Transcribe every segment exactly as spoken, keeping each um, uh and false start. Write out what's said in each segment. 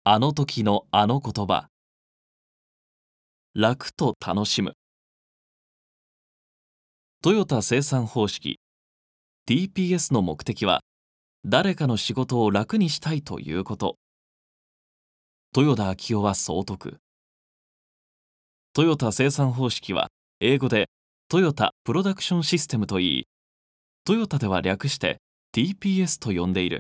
あの時のあの言葉。楽と楽しむ。トヨタ生産方式 ティーピーエス の目的は誰かの仕事を楽にしたいということ。豊田章男はそう説く。トヨタ生産方式は英語でトヨタプロダクションシステムといい、トヨタでは略して ティーピーエス と呼んでいる。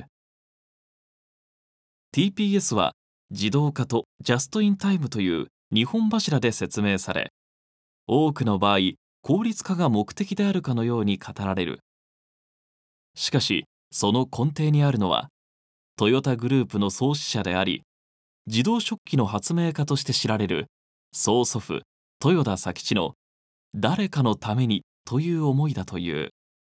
ティーピーエス は自動化とジャストインタイムというにほん柱で説明され、多くの場合効率化が目的であるかのように語られる。しかしその根底にあるのはトヨタグループの創始者であり、自動食器の発明家として知られる曽祖父豊田佐吉の誰かのためにという思いだという。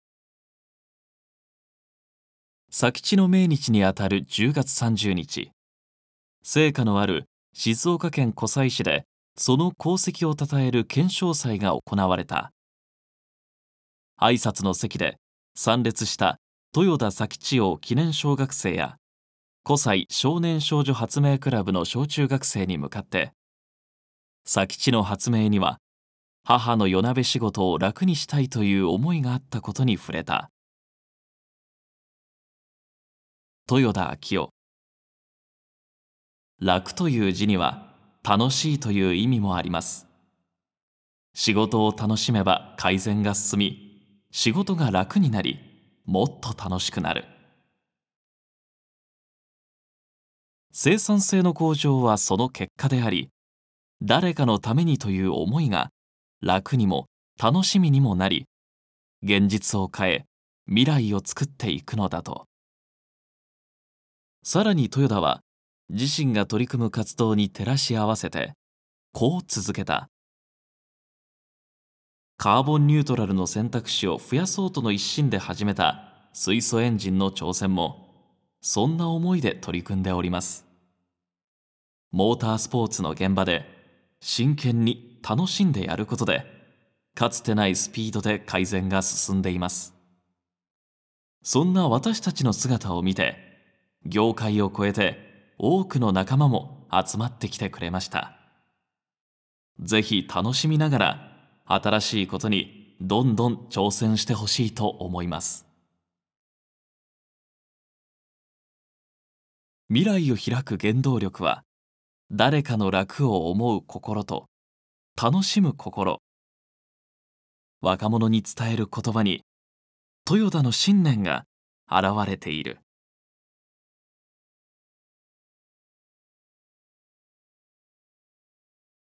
佐吉の命日にあたるじゅうがつさんじゅうにち、成果のある静岡県湖西市でその功績をたたえる顕彰祭が行われた。挨拶の席で参列した豊田佐吉王記念小学生や湖西少年少女発明クラブの小中学生に向かって、佐吉の発明には母の夜鍋仕事を楽にしたいという思いがあったことに触れた。豊田章男。楽という字には楽しいという意味もあります。仕事を楽しめば改善が進み、仕事が楽になり、もっと楽しくなる。生産性の向上はその結果であり、誰かのためにという思いが楽にも楽しみにもなり、現実を変え未来を作っていくのだと。さらに豊田は自身が取り組む活動に照らし合わせてこう続けた。カーボンニュートラルの選択肢を増やそうとの一心で始めた水素エンジンの挑戦もそんな思いで取り組んでおります。モータースポーツの現場で真剣に楽しんでやることで、かつてないスピードで改善が進んでいます。そんな私たちの姿を見て、業界を超えて多くの仲間も集まってきてくれました。ぜひ楽しみながら新しいことにどんどん挑戦してほしいと思います。未来を開く原動力は誰かの楽を思う心と楽しむ心。若者に伝える言葉に豊田の信念が現れている。